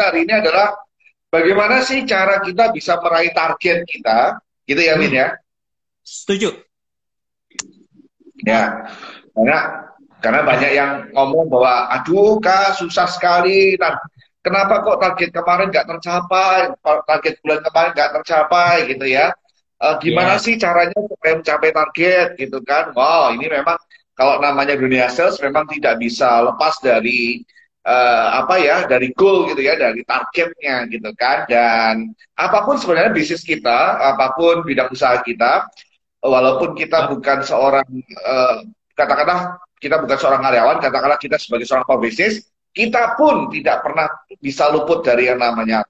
hari ini adalah bagaimana sih cara kita bisa meraih target kita, gitu ya, Min ya? Setuju. Ya, karena banyak yang ngomong bahwa, aduh Kak, susah sekali. Kenapa kok target kemarin nggak tercapai, target bulan kemarin nggak tercapai, gitu ya? Gimana Yes. sih caranya supaya mencapai target, gitu kan? Wow, ini memang kalau namanya dunia sales memang tidak bisa lepas dari apa ya, dari goal gitu ya, dari targetnya gitu kan. Dan apapun sebenarnya bisnis kita, apapun bidang usaha kita, walaupun kita bukan seorang katakanlah kita bukan seorang karyawan, katakanlah kita sebagai seorang pebisnis, kita pun tidak pernah bisa luput dari yang namanya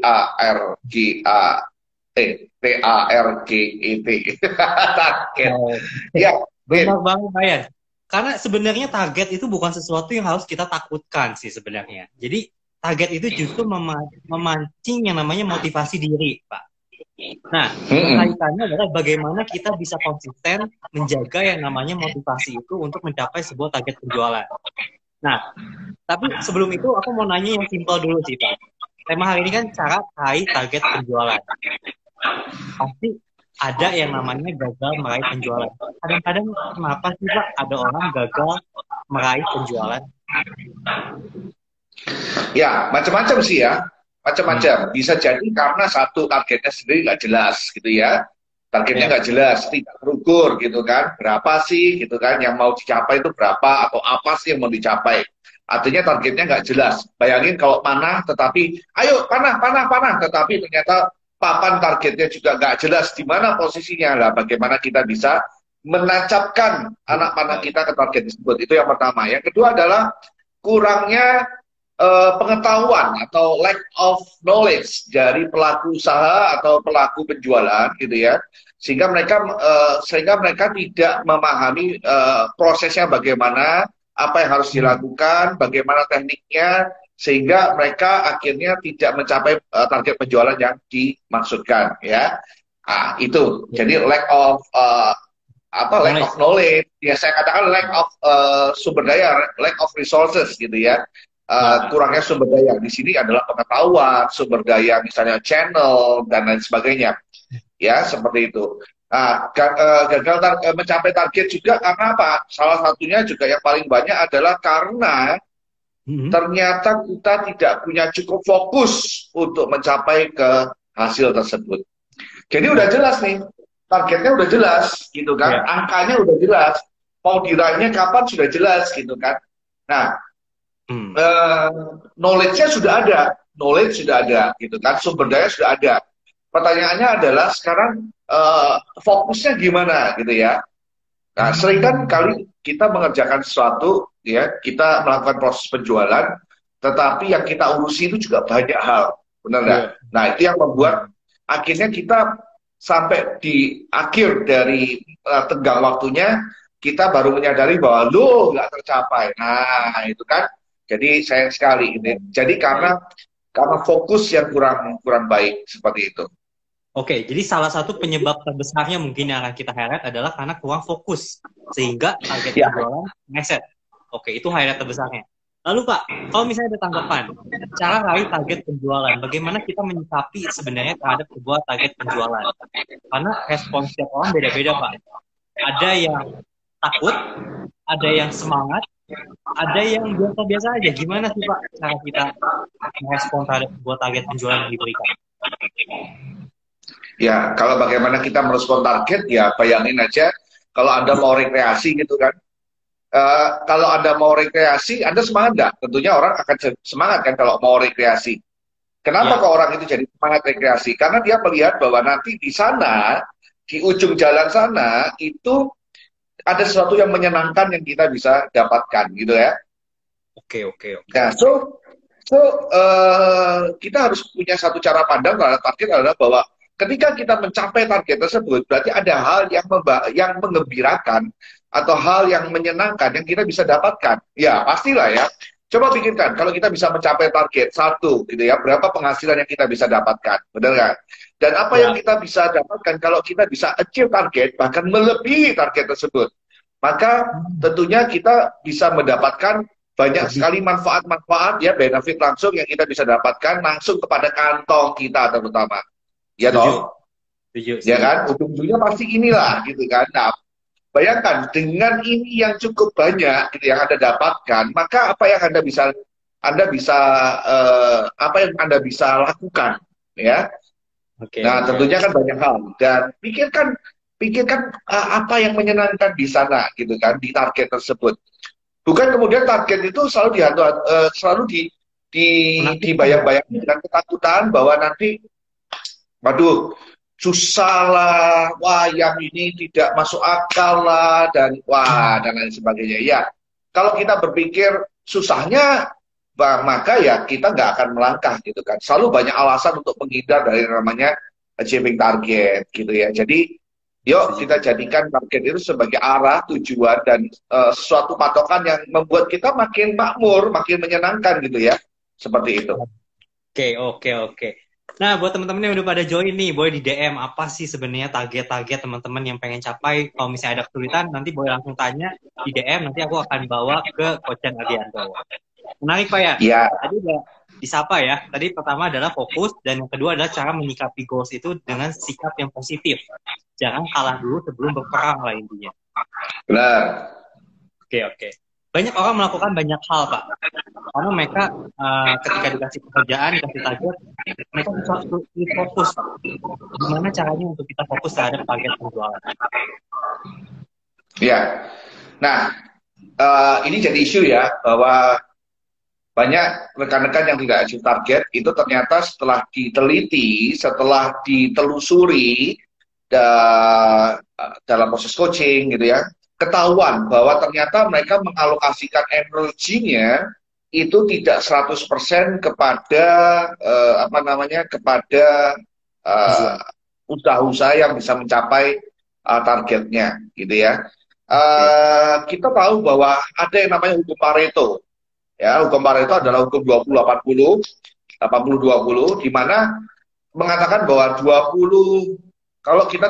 TARGET target. Oh, Ya, benar Min. banget, Pak Yan. Karena sebenarnya target itu bukan sesuatu yang harus kita takutkan sih sebenarnya. Jadi target itu justru memancing yang namanya motivasi diri, Pak. Nah, Mm-mm. kaitannya adalah bagaimana kita bisa konsisten menjaga yang namanya motivasi itu untuk mencapai sebuah target penjualan. Nah, tapi sebelum itu aku mau nanya yang simpel dulu sih, Pak. Tema hari ini kan cara raih target penjualan. Pasti ada yang namanya gagal meraih penjualan. Kadang-kadang kenapa sih, Pak, ada orang gagal meraih penjualan? Ya, macam-macam sih ya. Hmm. Macam-macam. Bisa jadi karena satu targetnya sendiri nggak jelas gitu ya. Targetnya Ya. nggak jelas, tidak terukur gitu kan. Berapa sih gitu kan yang mau dicapai itu berapa atau apa sih yang mau dicapai. Artinya targetnya nggak jelas. Bayangin kalau panah tetapi, ayo panah, panah, panah. Tetapi ternyata papan targetnya juga nggak jelas di mana posisinya. Lah, bagaimana kita bisa menancapkan anak panah kita ke target tersebut. Itu yang pertama. Yang kedua adalah kurangnya pengetahuan atau lack of knowledge dari pelaku usaha atau pelaku penjualan gitu ya, sehingga mereka tidak memahami prosesnya bagaimana, apa yang harus Hmm. dilakukan, bagaimana tekniknya, sehingga mereka akhirnya tidak mencapai target penjualan yang dimaksudkan ya. Itu Ya. jadi lack of lack of Knowledge. knowledge, ya saya katakan lack of sumber daya, lack of resources gitu ya. Nah, Kurangnya sumber daya di sini adalah pengetahuan, sumber daya misalnya channel dan lain sebagainya, ya seperti itu. Nah, gagal mencapai target juga karena apa? Salah satunya juga yang paling banyak adalah karena hmm. ternyata kita tidak punya cukup fokus untuk mencapai ke hasil tersebut. Jadi udah Oh, jelas nih, targetnya udah jelas gitu kan, ya. angkanya udah jelas, mau diraihnya kapan sudah jelas gitu kan. Nah, Hmm. eh, knowledge-nya sudah ada, knowledge sudah ada gitu kan, sumber daya sudah ada. Pertanyaannya adalah sekarang fokusnya gimana gitu ya. Nah, sering kan kali kita mengerjakan sesuatu ya, kita melakukan proses penjualan, tetapi yang kita urusi itu juga banyak hal, benar nggak? Iya. Nah, itu yang membuat akhirnya kita sampai di akhir dari tenggang waktunya, kita baru menyadari bahwa lo nggak tercapai. Nah, itu kan. Jadi sayang sekali ini. Jadi karena fokus yang kurang kurang baik seperti itu. Oke, jadi salah satu penyebab terbesarnya mungkin yang akan kita highlight adalah karena kurang fokus, sehingga target Ya. penjualan meleset. Oke, itu highlight terbesarnya. Lalu Pak, kalau misalnya ada tanggapan, cara raih target penjualan, bagaimana kita menyikapi sebenarnya terhadap sebuah target penjualan? Karena respons setiap orang beda-beda Pak. Ada yang takut, ada yang semangat, ada yang biasa-biasa aja. Gimana sih Pak cara kita merespon terhadap sebuah target penjualan yang diberikan? Ya, kalau bagaimana kita merespon target, ya bayangin aja kalau Anda mau rekreasi gitu kan. Kalau Anda mau rekreasi, Anda semangat nggak? Tentunya orang akan semangat kan kalau mau rekreasi. Kenapa Ya, kok orang itu jadi semangat rekreasi? Karena dia melihat bahwa nanti di sana, di ujung jalan sana, itu ada sesuatu yang menyenangkan yang kita bisa dapatkan gitu ya. oke, oke, oke. Nah, so kita harus punya satu cara pandang terhadap target adalah bahwa ketika kita mencapai target tersebut, berarti ada hal yang mengembirakan atau hal yang menyenangkan yang kita bisa dapatkan. Ya, pastilah ya. Coba pikirkan, kalau kita bisa mencapai target satu, gitu ya, berapa penghasilan yang kita bisa dapatkan, benar nggak? Dan apa yang Ya, kita bisa dapatkan kalau kita bisa achieve target, bahkan melebihi target tersebut, maka tentunya kita bisa mendapatkan banyak Lebih. sekali manfaat-manfaat ya, benefit langsung yang kita bisa dapatkan langsung kepada kantong kita terutama. Ya Setuju, toh, setuju, ya setuju. kan? Ujung-ujungnya pasti inilah gitu kan. Nah, bayangkan dengan ini yang cukup banyak gitu yang Anda dapatkan, maka apa yang Anda bisa apa yang Anda bisa lakukan ya. Oke, Nah, oke, tentunya oke. kan banyak hal dan pikirkan apa yang menyenangkan di sana gitu kan di target tersebut. Bukan kemudian target itu selalu di Menakutkan ya. dibayang-bayangkan dengan ketakutan bahwa nanti waduh, susah lah, wah yang ini tidak masuk akal lah, dan wah, dan lain sebagainya. Ya, kalau kita berpikir susahnya, maka ya kita nggak akan melangkah gitu kan. Selalu banyak alasan untuk menghindar dari namanya achieving target gitu ya. Jadi, yuk Setuju. kita jadikan target itu sebagai arah, tujuan, dan sesuatu patokan yang membuat kita makin makmur, makin menyenangkan gitu ya. Seperti itu. Oke, oke, oke. Nah, buat teman-teman yang udah pada join nih, boleh di DM apa sih sebenarnya target-target teman-teman yang pengen capai. Kalau misalnya ada kesulitan, nanti boleh langsung tanya di DM, nanti aku akan bawa ke Coach Adianto. Menarik, Pak ya? Ya, Tadi udah disapa ya. Tadi pertama adalah fokus, dan yang kedua adalah cara menyikapi goals itu dengan sikap yang positif. Jangan kalah dulu sebelum berperang lah intinya. benar. Oke, oke. Banyak orang melakukan banyak hal, Pak. Karena mereka ketika dikasih pekerjaan, dikasih target, mereka bisa sulit fokus, Pak. Gimana caranya untuk kita fokus terhadap target penjualan? Ya. Nah, ini jadi isu ya, bahwa banyak rekan-rekan yang tidak achieve target itu ternyata setelah diteliti, setelah ditelusuri dalam proses coaching gitu ya, ketahuan bahwa ternyata mereka mengalokasikan energinya itu tidak 100% kepada apa namanya, kepada Tujuan. usaha-usaha yang bisa mencapai targetnya gitu ya. Oke. Kita tahu bahwa ada yang namanya hukum Pareto. Ya, hukum Pareto adalah hukum 20-80, 80-20, di mana mengatakan bahwa 20, kalau kita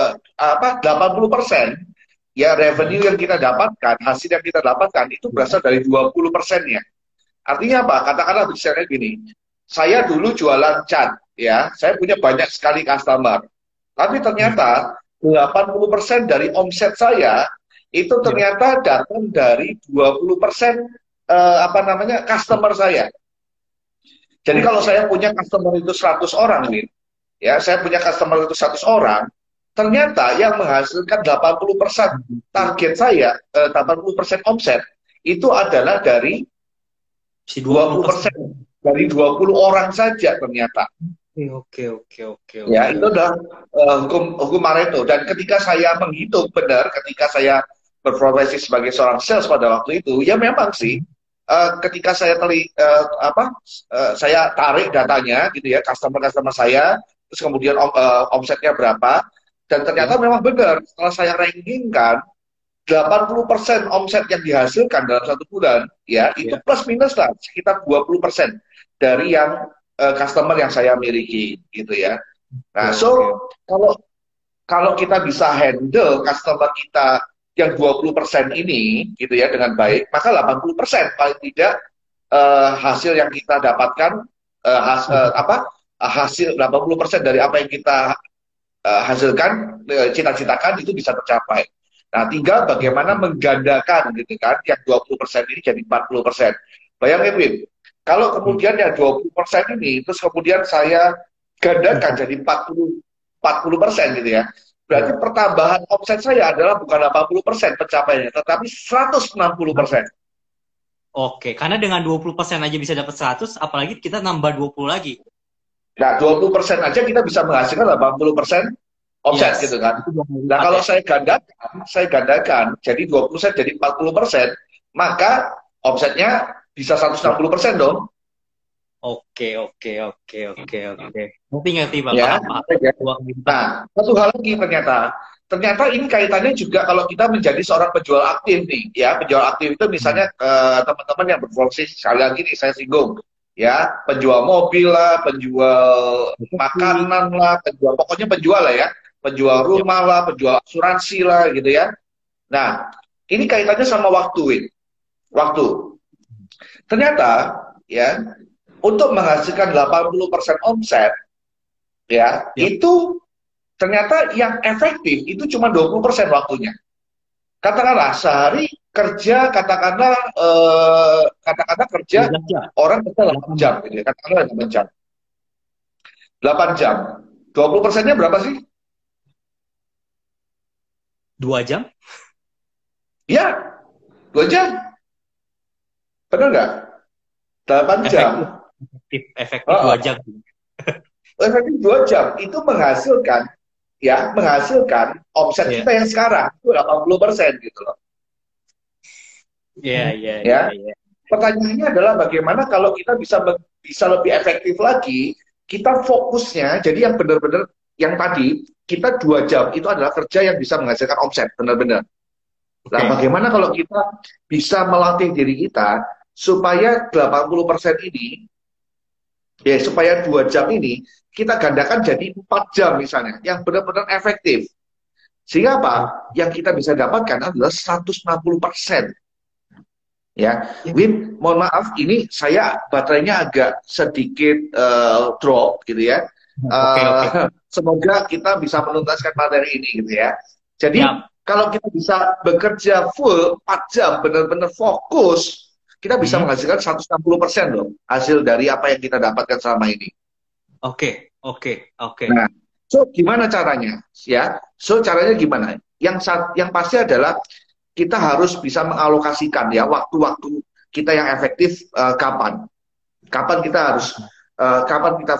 80% ya revenue yang kita dapatkan, hasil yang kita dapatkan itu berasal dari 20%-nya. Artinya apa? Katakanlah misalnya gini, saya dulu jualan cat, ya, saya punya banyak sekali customer, tapi ternyata 80% dari omset saya itu Ya. ternyata datang dari 20% apa namanya, customer saya. Jadi kalau Oke. saya punya customer itu 100 orang, Win, ya, saya punya customer itu 100 orang, ternyata yang menghasilkan 80% target saya, 80% omset, itu adalah dari Si 20%, 20%. dari 20 orang saja ternyata. Oke, oke, oke, Ya, oke, itu oke. adalah hukum Pareto. Dan ketika saya menghitung benar, ketika saya berprofesi sebagai seorang sales pada waktu itu, ya memang sih, ketika saya tarik datanya gitu ya, customer-customer saya, terus kemudian omsetnya berapa, dan Ya. ternyata memang benar, setelah saya rankingkan, 80% omset yang dihasilkan dalam satu bulan, ya itu Ya. plus minus lah, sekitar 20% dari yang customer yang saya miliki, gitu ya. Nah, Oke, oke. kalau kalau kita bisa handle customer kita yang 20% ini gitu ya dengan baik, maka 80% paling tidak hasil yang kita dapatkan hasil 80% dari apa yang kita hasilkan, cita-citakan itu bisa tercapai. Nah, tinggal bagaimana menggandakan gitu kan, yang 20% ini jadi 40%. Bayangin, Win, kalau Hmm. kemudian yang 20% ini, terus kemudian saya gandakan jadi 40% gitu ya. Berarti Ya. pertambahan omset saya adalah bukan 80% pencapaiannya, tetapi 160%. Oke, karena dengan 20% aja bisa dapat 100, apalagi kita nambah 20 lagi. Nah, 20% aja kita bisa menghasilkan 80% omset Yes. gitu kan. Itu 2 kali Nah, lipat kalau ya. saya gandakan, jadi 20% jadi 40%, maka omsetnya bisa 160% dong. Oke, oke, oke, oke, oke. Ngerti, Pak. Ya. Paham, paham. 2 kali lipat. Nah, satu hal lagi ternyata ini kaitannya juga kalau kita menjadi seorang penjual aktif nih, ya, penjual aktif itu Hmm. misalnya teman-teman yang berprofesi, sekali lagi nih saya singgung, ya, penjual mobil lah, penjual Betul. makanan lah, pokoknya penjual lah ya, penjual Ya. rumah lah, penjual asuransi lah, gitu ya. Nah, ini kaitannya sama waktu, Win. Waktu. Ternyata ya untuk menghasilkan 80% omset ya, Ya. itu ternyata yang efektif itu cuma 20% waktunya. Katakanlah sehari kerja, katakanlah kerja 12 jam. orang kerja 8 8 jam jam. gitu ya. Katakanlah 8 jam. 8 jam. 20%-nya berapa sih? 2 jam? Ya, 2 jam. Benar nggak? 8 jam. Efektif. Efektif Oh, 2 oh. jam. Efektif 2 jam itu menghasilkan omset Iya. kita yang sekarang itu 80% gitu loh. Iya, iya, iya, Ya. iya. Pertanyaannya adalah bagaimana kalau kita bisa lebih efektif lagi, kita fokusnya jadi yang benar-benar yang tadi kita 2 jam itu adalah kerja yang bisa menghasilkan omset benar-benar. Nah, Oke. bagaimana kalau kita bisa melatih diri kita supaya 80% ini, ya supaya 2 jam ini kita gandakan jadi 4 jam misalnya, yang benar-benar efektif. Sehingga apa? Yang kita bisa dapatkan adalah 160%. Ya, Win, mohon maaf, ini saya baterainya agak sedikit drop gitu ya. Oke, oke. Semoga kita bisa menuntaskan materi ini gitu ya. Jadi Siap. kalau kita bisa bekerja full 4 jam benar-benar fokus, kita bisa Hmm. menghasilkan 160% loh hasil dari apa yang kita dapatkan selama ini. Oke, oke, oke. Nah, so gimana caranya? Ya, so caranya gimana? Yang pasti adalah kita harus bisa mengalokasikan ya waktu-waktu kita yang efektif kapan? Kapan kita harus kapan kita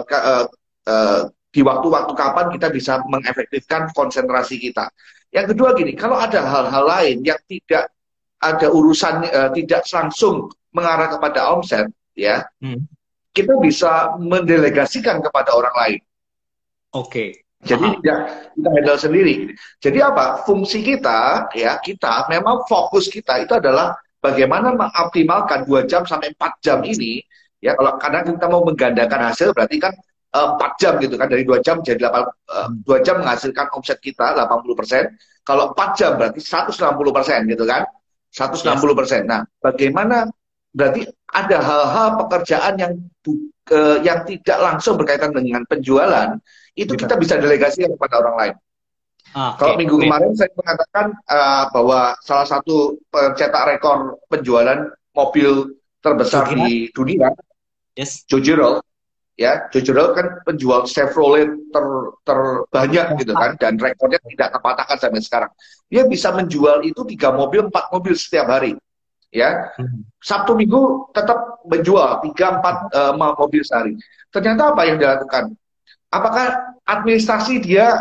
di waktu-waktu kapan kita bisa mengefektifkan konsentrasi kita. Yang kedua gini, kalau ada hal-hal lain yang tidak ada urusan tidak langsung mengarah kepada omset, ya kita bisa mendelegasikan kepada orang lain. Oke. Jadi tidak kita handle sendiri. Jadi apa? Fungsi kita, ya kita memang fokus kita itu adalah bagaimana mengoptimalkan 2 jam sampai 4 jam ini. Ya kalau kadang kita mau menggandakan hasil berarti kan 4 jam gitu kan, dari 2 jam jadi 2 jam menghasilkan omset kita 80%. Kalau 4 jam berarti 160% gitu kan. 160%. Nah, bagaimana berarti ada hal-hal pekerjaan yang tidak langsung berkaitan dengan penjualan, itu kita bisa delegasikan kepada orang lain. Kalau minggu kemarin saya mengatakan bahwa salah satu pencetak rekor penjualan mobil terbesar di dunia, Joe Girard, ya Joe Girard kan penjual Chevrolet terbanyak gitu kan, dan rekornya tidak terpatahkan sampai sekarang. Dia bisa menjual itu 3 mobil, 4 mobil setiap hari. Ya, Sabtu Minggu tetap menjual 3-4 mobil sehari. Ternyata apa yang dilakukan? Apakah administrasi dia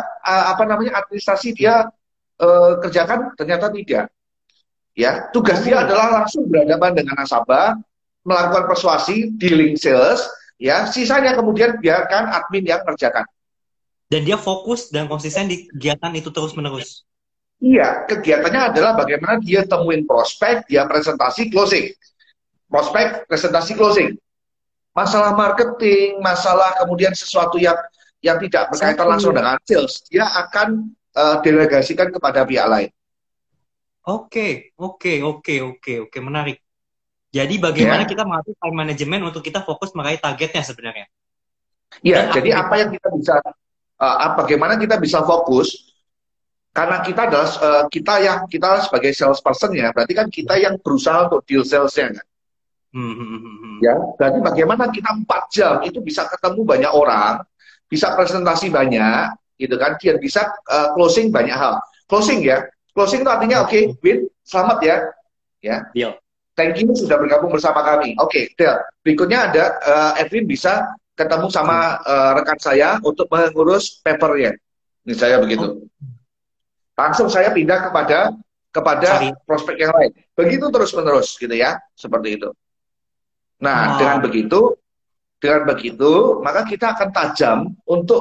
kerjakan? Ternyata tidak. Ya, tugas dia adalah langsung berhadapan dengan nasabah, melakukan persuasi, dealing sales, ya, sisanya kemudian biarkan admin yang kerjakan. Dan dia fokus dan konsisten di kegiatan itu terus-menerus. Iya, kegiatannya adalah bagaimana dia temuin prospek, dia presentasi, closing. Prospek, presentasi, closing. Masalah marketing, masalah kemudian sesuatu yang tidak berkaitan langsung dengan sales, dia akan delegasikan kepada pihak lain. Oke, menarik. Jadi bagaimana kita mengatur time management untuk kita fokus meraih targetnya sebenarnya? Iya, jadi apa yang kita bisa, bagaimana kita bisa fokus? Karena kita adalah kita sebagai salesperson ya, berarti kan kita yang berusaha untuk deal salesnya kan. Ya, berarti bagaimana kita 4 jam itu bisa ketemu banyak orang, bisa presentasi banyak, gitu kan, dan bisa closing banyak hal. Closing ya, closing itu artinya oke, Win, selamat ya, Deal. Thank you sudah bergabung bersama kami. Oke, Del. Berikutnya ada Edwin bisa ketemu sama rekan saya untuk mengurus papernya. Ini saya begitu. Langsung saya pindah kepada prospek yang lain. Begitu terus-menerus gitu ya, seperti itu. Nah, dengan begitu, maka kita akan tajam untuk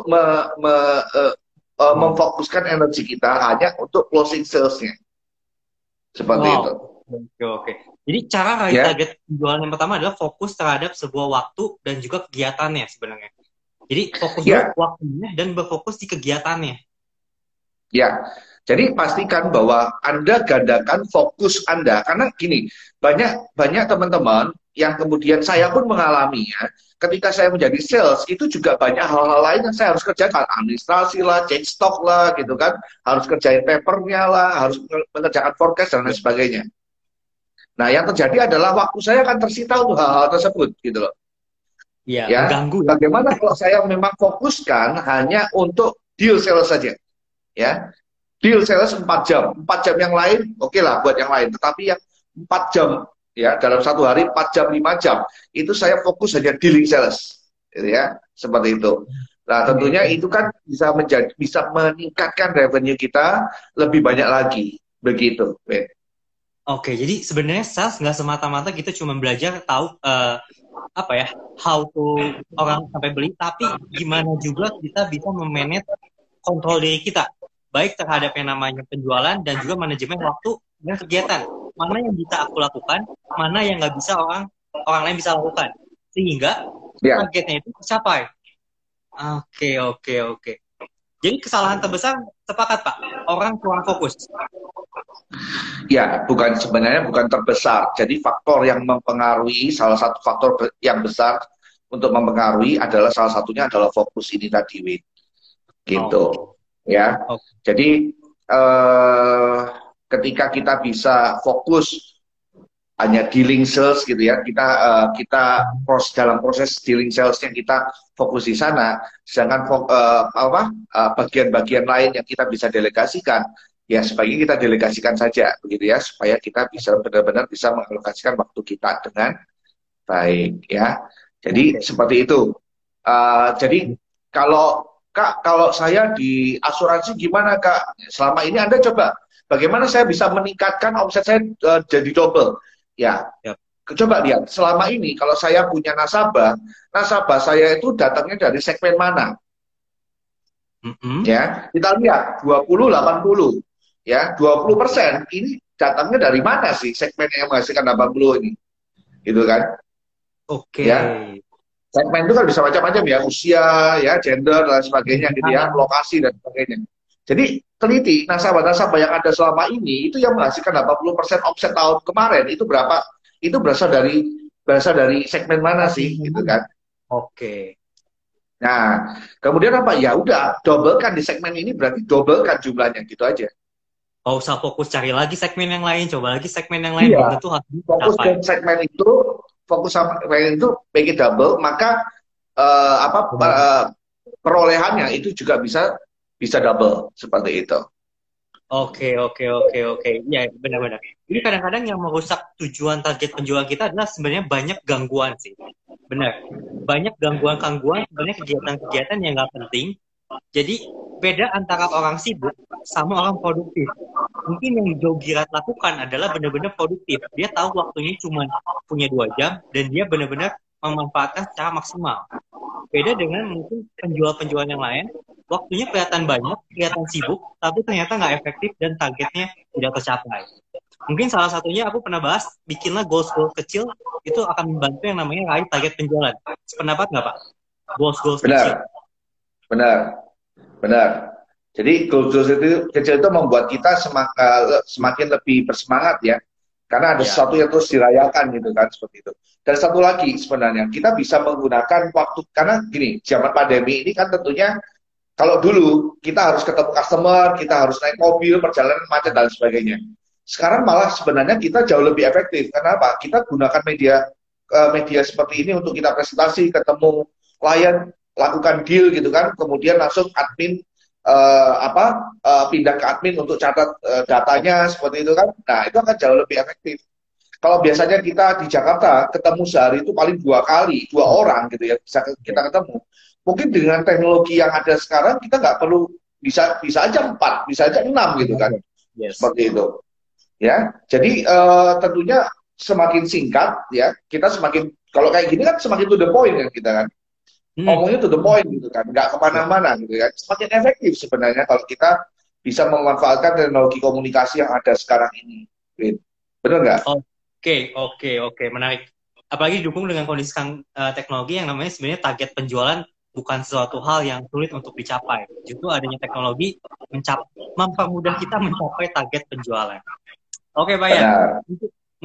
memfokuskan energi kita hanya untuk closing sales-nya. Seperti itu. Oke. Jadi cara raih target penjualan yang pertama adalah fokus terhadap sebuah waktu dan juga kegiatannya sebenarnya. Jadi fokus waktunya dan berfokus di kegiatannya. Ya. Jadi pastikan bahwa Anda gandakan fokus Anda, karena gini, banyak teman-teman yang kemudian saya pun mengalaminya ketika saya menjadi sales itu juga banyak hal-hal lain yang saya harus kerjakan, administrasi lah, cek stok lah gitu kan, harus kerjain papernya lah, harus mengerjakan forecast dan lain sebagainya. Nah yang terjadi adalah waktu saya akan tersita untuk hal-hal tersebut gitu loh. Iya, Ya, mengganggu ya. bagaimana kalau saya memang fokuskan hanya untuk deal sales saja, ya, deal sales 4 jam yang lain, oke lah buat yang lain, tetapi yang 4 jam, ya, dalam satu hari 4 jam, 5 jam, itu saya fokus hanya dealing sales, gitu ya, seperti itu. Nah, tentunya itu kan bisa meningkatkan revenue kita lebih banyak lagi, begitu, Ben. Oke, jadi sebenarnya sales nggak semata-mata kita cuma belajar tahu apa ya, how to orang sampai beli, tapi gimana juga kita bisa memanage kontrol diri kita, baik terhadap yang namanya penjualan dan juga manajemen waktu dan kegiatan. Mana yang bisa aku lakukan, mana yang nggak bisa orang lain bisa lakukan, sehingga Ya. targetnya itu tercapai. Oke. Jadi kesalahan terbesar, sepakat Pak, orang kurang fokus. Ya, sebenarnya bukan terbesar. Jadi faktor yang mempengaruhi, salah satu faktor yang besar untuk mempengaruhi adalah salah satunya adalah fokus ini tadi, Win. Gitu. Ya. Jadi ketika kita bisa fokus hanya dealing sales gitu ya, kita dalam proses dealing salesnya kita fokus di sana, sedangkan bagian-bagian lain yang kita bisa delegasikan, ya sebaiknya kita delegasikan saja begitu ya, supaya kita bisa benar-benar bisa mengalokasikan waktu kita dengan baik ya. Jadi seperti itu. Jadi kalau Kak, kalau saya di asuransi gimana Kak? Selama ini Anda coba bagaimana saya bisa meningkatkan omset saya jadi double? Ya, coba lihat. Selama ini kalau saya punya nasabah saya itu datangnya dari segmen mana? Ya, kita lihat 20-80. Ya, 20% ini datangnya dari mana sih segmen yang menghasilkan 80 ini? Gitu kan? Oke. Ya. Segmen itu kan bisa macam-macam ya, usia, ya, gender dan sebagainya gitu ya, lokasi dan sebagainya. Jadi teliti nasabah-nasabah yang ada selama ini itu yang menghasilkan 80% omset tahun kemarin itu berapa? Itu berasal dari segmen mana sih gitu kan? Oke. Nah, kemudian apa? Ya udah, dobelkan di segmen ini berarti dobelkan jumlahnya gitu aja. Gak usah fokus cari lagi segmen yang lain, coba lagi segmen yang lain. Iya, Tentu harus fokus ke segmen itu, fokus sama segmen itu, make it double, maka perolehannya itu juga bisa double seperti itu. Oke. Ya, benar-benar. Ini kadang-kadang yang merusak tujuan target penjualan kita adalah sebenarnya banyak gangguan sih. Benar. Banyak gangguan-gangguan, sebenarnya kegiatan-kegiatan yang nggak penting. Jadi beda antara orang sibuk sama orang produktif. Mungkin yang Joe Girat lakukan adalah benar-benar produktif. Dia tahu waktunya cuma punya 2 jam dan dia benar-benar memanfaatkan secara maksimal. Beda dengan mungkin penjual-penjual yang lain, waktunya kelihatan banyak, kelihatan sibuk, tapi ternyata nggak efektif dan targetnya tidak tercapai. Mungkin salah satunya aku pernah bahas, bikinlah goals kecil, itu akan membantu yang namanya raih target penjualan. Sependapat nggak Pak? Goals kecil. Benar. Jadi goals itu kecil itu membuat kita semakin lebih bersemangat ya. Karena ada sesuatu yang terus dirayakan gitu kan, seperti itu. Dan satu lagi sebenarnya, kita bisa menggunakan waktu, karena gini, zaman pandemi ini kan tentunya, kalau dulu kita harus ketemu customer, kita harus naik mobil, perjalanan macet dan sebagainya. Sekarang malah sebenarnya kita jauh lebih efektif. Kenapa? Kita gunakan media seperti ini untuk kita presentasi, ketemu klien, lakukan deal gitu kan, kemudian langsung admin pindah ke admin untuk catat datanya seperti itu kan. Nah, itu akan jauh lebih efektif. Kalau biasanya kita di Jakarta ketemu sehari itu paling 2 orang gitu ya bisa kita ketemu. Mungkin dengan teknologi yang ada sekarang kita nggak perlu, bisa aja 4, bisa aja 6 gitu kan. Seperti itu. Ya. Jadi tentunya semakin singkat ya, kita semakin, kalau kayak gini kan semakin to the point kan kita kan. Ngomongnya to the point gitu kan, nggak kemana-mana gitu kan. Semakin efektif sebenarnya kalau kita bisa memanfaatkan teknologi komunikasi yang ada sekarang ini. Benar nggak? Oke, menarik. Apalagi didukung dengan kondisi teknologi yang namanya sebenarnya target penjualan bukan suatu hal yang sulit untuk dicapai. Justru adanya teknologi mempermudah kita mencapai target penjualan. Oke, Pak ya.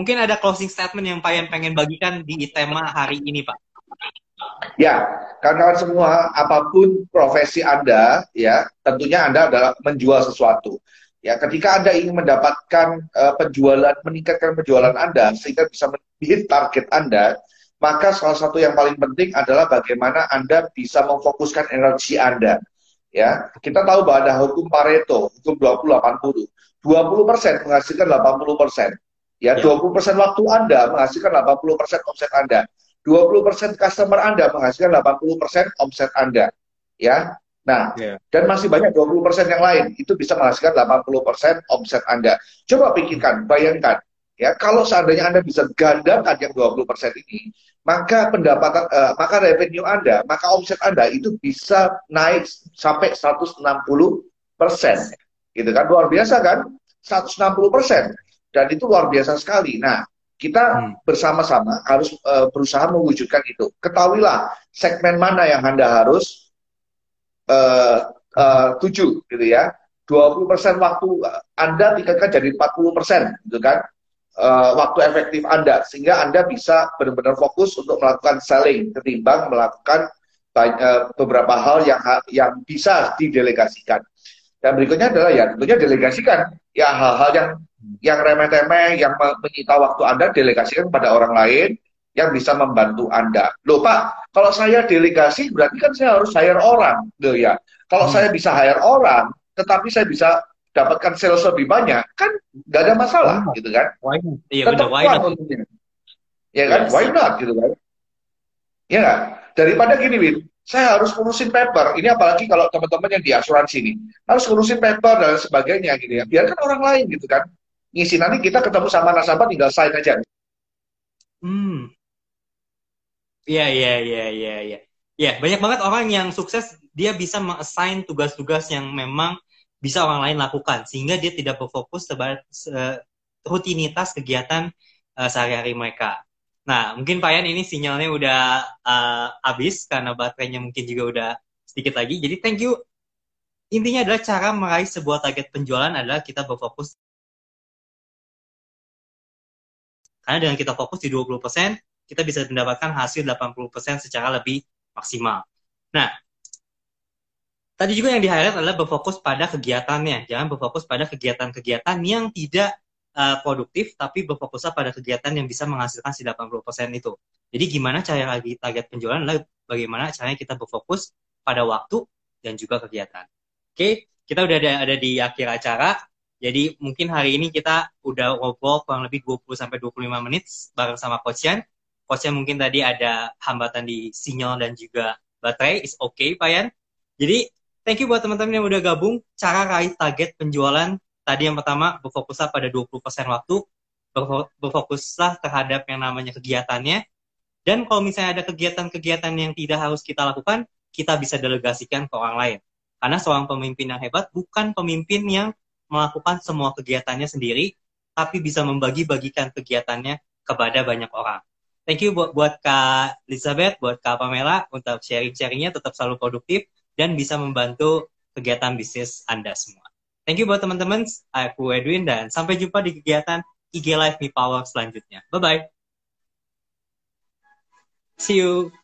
Mungkin ada closing statement yang Pak Yan pengen bagikan di tema hari ini, Pak. Ya, kawan-kawan semua, apapun profesi Anda, ya, tentunya Anda adalah menjual sesuatu. Ya, ketika Anda ingin mendapatkan penjualan, meningkatkan penjualan Anda sehingga bisa hit target Anda, maka salah satu yang paling penting adalah bagaimana Anda bisa memfokuskan energi Anda. Ya, kita tahu bahwa ada hukum Pareto, hukum 20-80. 20% menghasilkan 80%. Ya, 20% waktu Anda menghasilkan 80% omset Anda. 20% customer Anda menghasilkan 80% omset Anda. Ya. Nah, dan masih banyak 20% yang lain, itu bisa menghasilkan 80% omset Anda. Coba pikirkan, bayangkan, ya, kalau seandainya Anda bisa gandakan yang 20% ini, maka pendapatan, maka revenue Anda, maka omset Anda itu bisa naik sampai 160%. Gitu kan, luar biasa kan? 160%. Dan itu luar biasa sekali. Nah, kita bersama-sama harus berusaha mewujudkan itu. Ketahuilah segmen mana yang Anda harus tuju, gitu ya. 20% waktu Anda tingkatkan jadi 40%, gitu kan. Waktu efektif Anda, sehingga Anda bisa benar-benar fokus untuk melakukan selling, ketimbang melakukan beberapa hal yang bisa didelegasikan. Dan berikutnya adalah ya tentunya delegasikan ya hal-hal yang remeh-temeh, yang menyita waktu Anda, delegasikan kepada orang lain yang bisa membantu Anda. Loh Pak, kalau saya delegasi berarti kan saya harus hire orang. Loh ya, kalau saya bisa hire orang, tetapi saya bisa dapatkan sales lebih banyak, kan nggak ada masalah, gitu kan? Why not? Iya benar, Tetap why uang not? untungnya. Ya kan, why not, gitu kan? Ya nggak? Daripada gini, Win, saya harus ngurusin paper. Ini apalagi kalau teman-teman yang di asuransi ini. Harus ngurusin paper dan sebagainya gitu ya. Biarkan orang lain gitu kan. Ngisi nanti kita ketemu sama nasabah tinggal sign aja. Iya, iya, iya, iya, iya. Ya, banyak banget orang yang sukses, dia bisa meng-assign tugas-tugas yang memang bisa orang lain lakukan. Sehingga dia tidak berfokus rutinitas kegiatan sehari-hari mereka. Nah, mungkin Pak Yan ini sinyalnya udah habis, karena baterainya mungkin juga udah sedikit lagi. Jadi thank you. Intinya adalah cara meraih sebuah target penjualan adalah kita berfokus. Karena dengan kita fokus di 20%, kita bisa mendapatkan hasil 80% secara lebih maksimal. Nah, tadi juga yang di-highlight adalah berfokus pada kegiatannya. Jangan berfokus pada kegiatan-kegiatan yang tidak produktif, tapi berfokuslah pada kegiatan yang bisa menghasilkan si 80% itu. Jadi gimana cara lagi target penjualan adalah bagaimana caranya kita berfokus pada waktu dan juga kegiatan. Oke, kita udah ada di akhir acara. Jadi mungkin hari ini kita udah ngobrol kurang lebih 20-25 menit bareng sama Coach Yan. Coach Yan mungkin tadi ada hambatan di sinyal dan juga baterai. Is okay, Pak Yan. Jadi thank you buat teman-teman yang udah gabung. Cara raih target penjualan. Tadi yang pertama, berfokuslah pada 20% waktu. Berfokuslah terhadap yang namanya kegiatannya. Dan kalau misalnya ada kegiatan-kegiatan yang tidak harus kita lakukan, kita bisa delegasikan ke orang lain. Karena seorang pemimpin yang hebat bukan pemimpin yang melakukan semua kegiatannya sendiri, tapi bisa membagi-bagikan kegiatannya kepada banyak orang. Thank you buat Kak Elizabeth, buat Kak Pamela untuk sharing-sharingnya, tetap selalu produktif dan bisa membantu kegiatan bisnis Anda semua. Thank you buat teman-teman, aku Edwin, dan sampai jumpa di kegiatan IG Live Me Power selanjutnya. Bye-bye. See you.